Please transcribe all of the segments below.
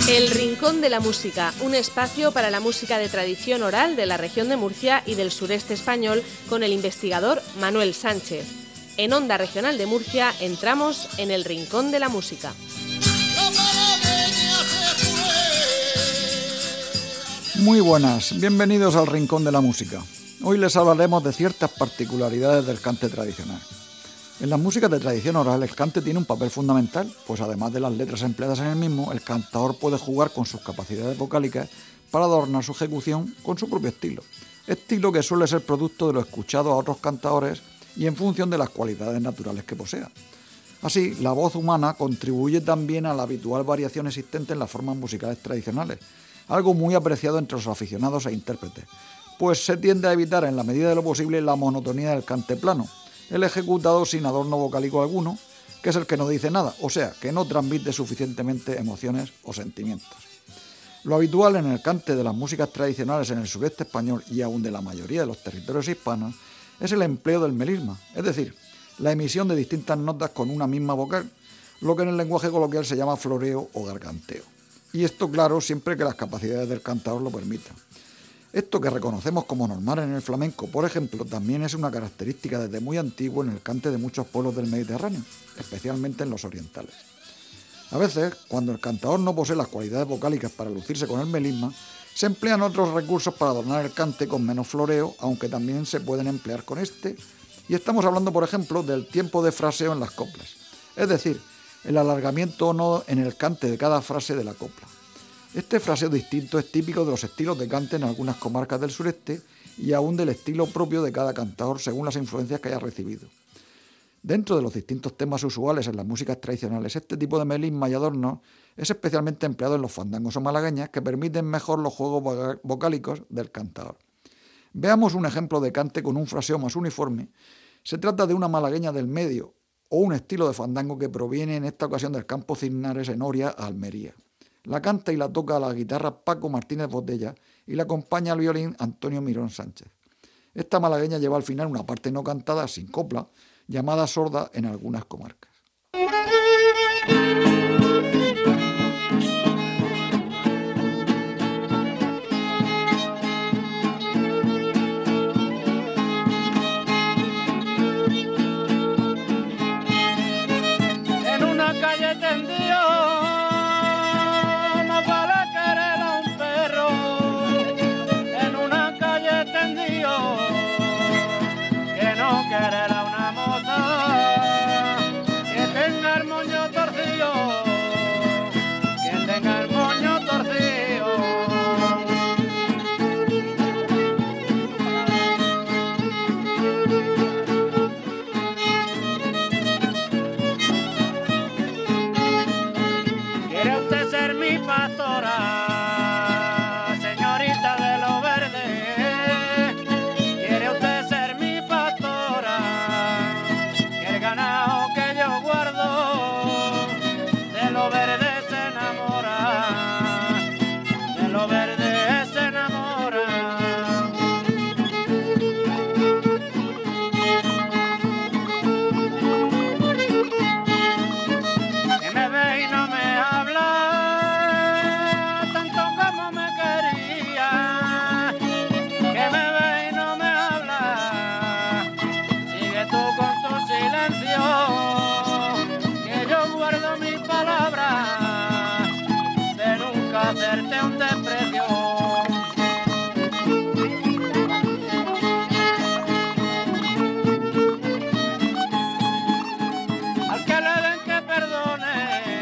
El Rincón de la Música, un espacio para la música de tradición oral de la región de Murcia y del sureste español con el investigador Manuel Sánchez. En Onda Regional de Murcia entramos en el Rincón de la Música. Muy buenas, bienvenidos al Rincón de la Música. Hoy les hablaremos de ciertas particularidades del cante tradicional. En las músicas de tradición oral, el cante tiene un papel fundamental, pues además de las letras empleadas en el mismo, el cantador puede jugar con sus capacidades vocálicas para adornar su ejecución con su propio estilo que suele ser producto de lo escuchado a otros cantadores y en función de las cualidades naturales que posea. Así, la voz humana contribuye también a la habitual variación existente en las formas musicales tradicionales, algo muy apreciado entre los aficionados e intérpretes, pues se tiende a evitar en la medida de lo posible la monotonía del cante plano, el ejecutado sin adorno vocálico alguno, que es el que no dice nada, o sea, que no transmite suficientemente emociones o sentimientos. Lo habitual en el cante de las músicas tradicionales en el sureste español y aún de la mayoría de los territorios hispanos es el empleo del melisma, es decir, la emisión de distintas notas con una misma vocal, lo que en el lenguaje coloquial se llama floreo o garganteo. Y esto, claro, siempre que las capacidades del cantador lo permitan. Esto que reconocemos como normal en el flamenco, por ejemplo, también es una característica desde muy antiguo en el cante de muchos pueblos del Mediterráneo, especialmente en los orientales. A veces, cuando el cantador no posee las cualidades vocálicas para lucirse con el melisma, se emplean otros recursos para adornar el cante con menos floreo, aunque también se pueden emplear con este, y estamos hablando, por ejemplo, del tiempo de fraseo en las coplas, es decir, el alargamiento o no en el cante de cada frase de la copla. Este fraseo distinto es típico de los estilos de cante en algunas comarcas del sureste y aún del estilo propio de cada cantador según las influencias que haya recibido. Dentro de los distintos temas usuales en las músicas tradicionales, este tipo de melisma y adornos es especialmente empleado en los fandangos o malagueñas que permiten mejor los juegos vocálicos del cantador. Veamos un ejemplo de cante con un fraseo más uniforme. Se trata de una malagueña del medio o un estilo de fandango que proviene en esta ocasión del campo Cignares en Oria, Almería. La canta y la toca a la guitarra Paco Martínez Botella y la acompaña al violín Antonio Mirón Sánchez. Esta malagueña lleva al final una parte no cantada sin copla, llamada sorda en algunas comarcas. En una calle tendido no vale querer a un perro, en una calle tendido que no querer a una moza que tenga el moño torcido, que tenga el moño torcido. ¿Quiere usted ser mi pastora, señorita de lo verde? ¿Quiere usted ser mi pastora? Que el ganado que yo guardo de lo verde se enamora, de lo verde se enamora. Que me ve y no me habla tanto como me quería, que me ve y no me habla, sigue tú con tu silencio, que yo guardo mis palabras de nunca hacerte un desprecio. Al que le den que perdone,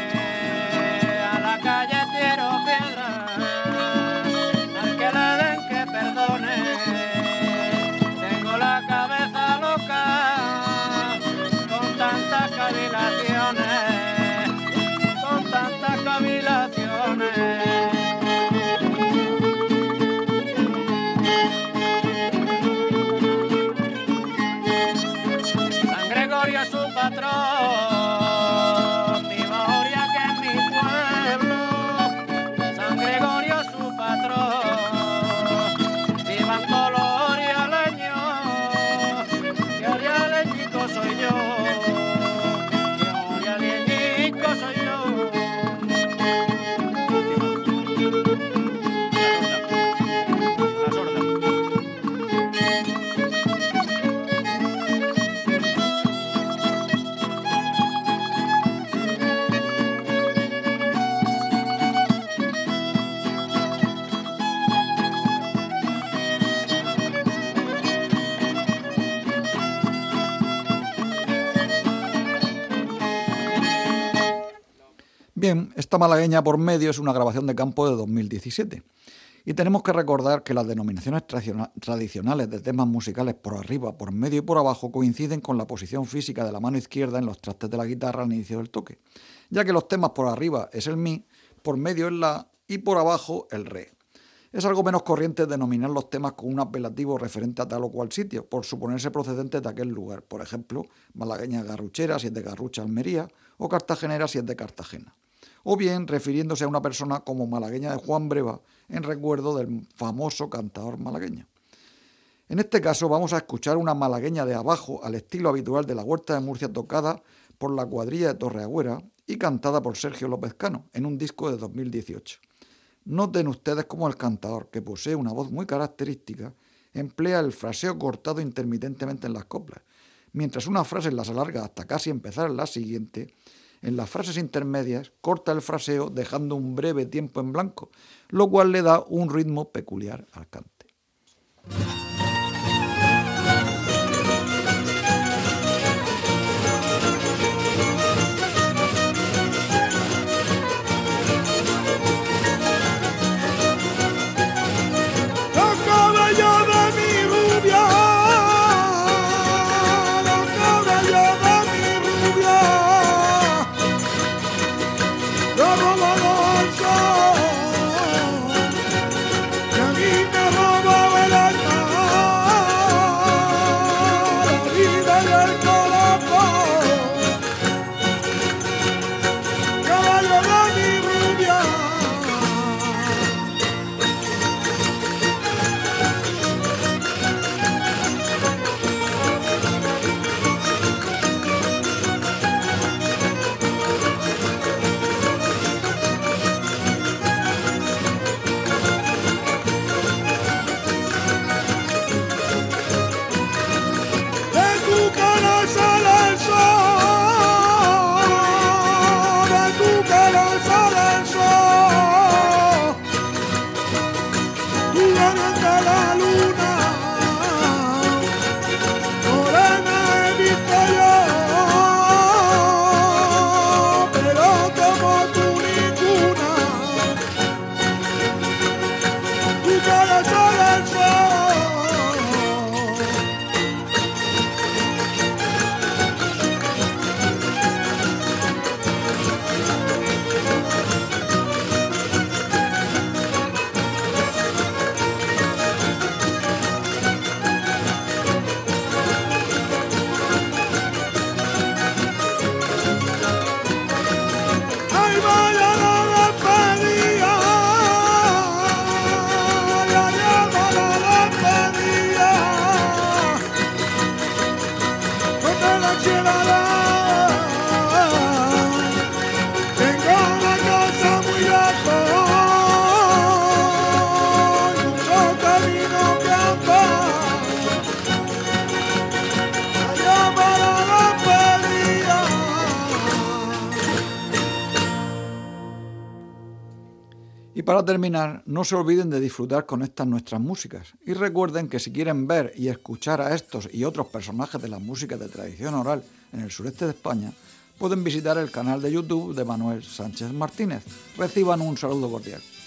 a la calle tiro piedra. Al que le den que perdone, tengo la cabeza loca con tantas cavilaciones, con tantas cavilaciones. San Gregorio es su patrón, mi Moria que es mi pueblo. San Gregorio es su patrón, vivan todos los orialeños, que orialeñico soy yo, que orialeñico soy yo. Bien, esta malagueña por medio es una grabación de campo de 2017. Y tenemos que recordar que las denominaciones tradicionales de temas musicales por arriba, por medio y por abajo coinciden con la posición física de la mano izquierda en los trastes de la guitarra al inicio del toque, ya que los temas por arriba es el mi, por medio el la y por abajo el re. Es algo menos corriente denominar los temas con un apelativo referente a tal o cual sitio, por suponerse procedentes de aquel lugar. Por ejemplo, malagueña garruchera si es de Garrucha, Almería, o cartagenera si es de Cartagena. O bien refiriéndose a una persona como malagueña de Juan Breva, en recuerdo del famoso cantador malagueño. En este caso vamos a escuchar una malagueña de abajo al estilo habitual de la Huerta de Murcia, tocada por la cuadrilla de Torreagüera y cantada por Sergio López Cano en un disco de 2018. Noten ustedes cómo el cantador, que posee una voz muy característica, emplea el fraseo cortado intermitentemente en las coplas, mientras una frase las alarga hasta casi empezar la siguiente. En las frases intermedias corta el fraseo dejando un breve tiempo en blanco, lo cual le da un ritmo peculiar al cante. Y para terminar, no se olviden de disfrutar con estas nuestras músicas y recuerden que si quieren ver y escuchar a estos y otros personajes de la música de tradición oral en el sureste de España, pueden visitar el canal de YouTube de Manuel Sánchez Martínez. Reciban un saludo cordial.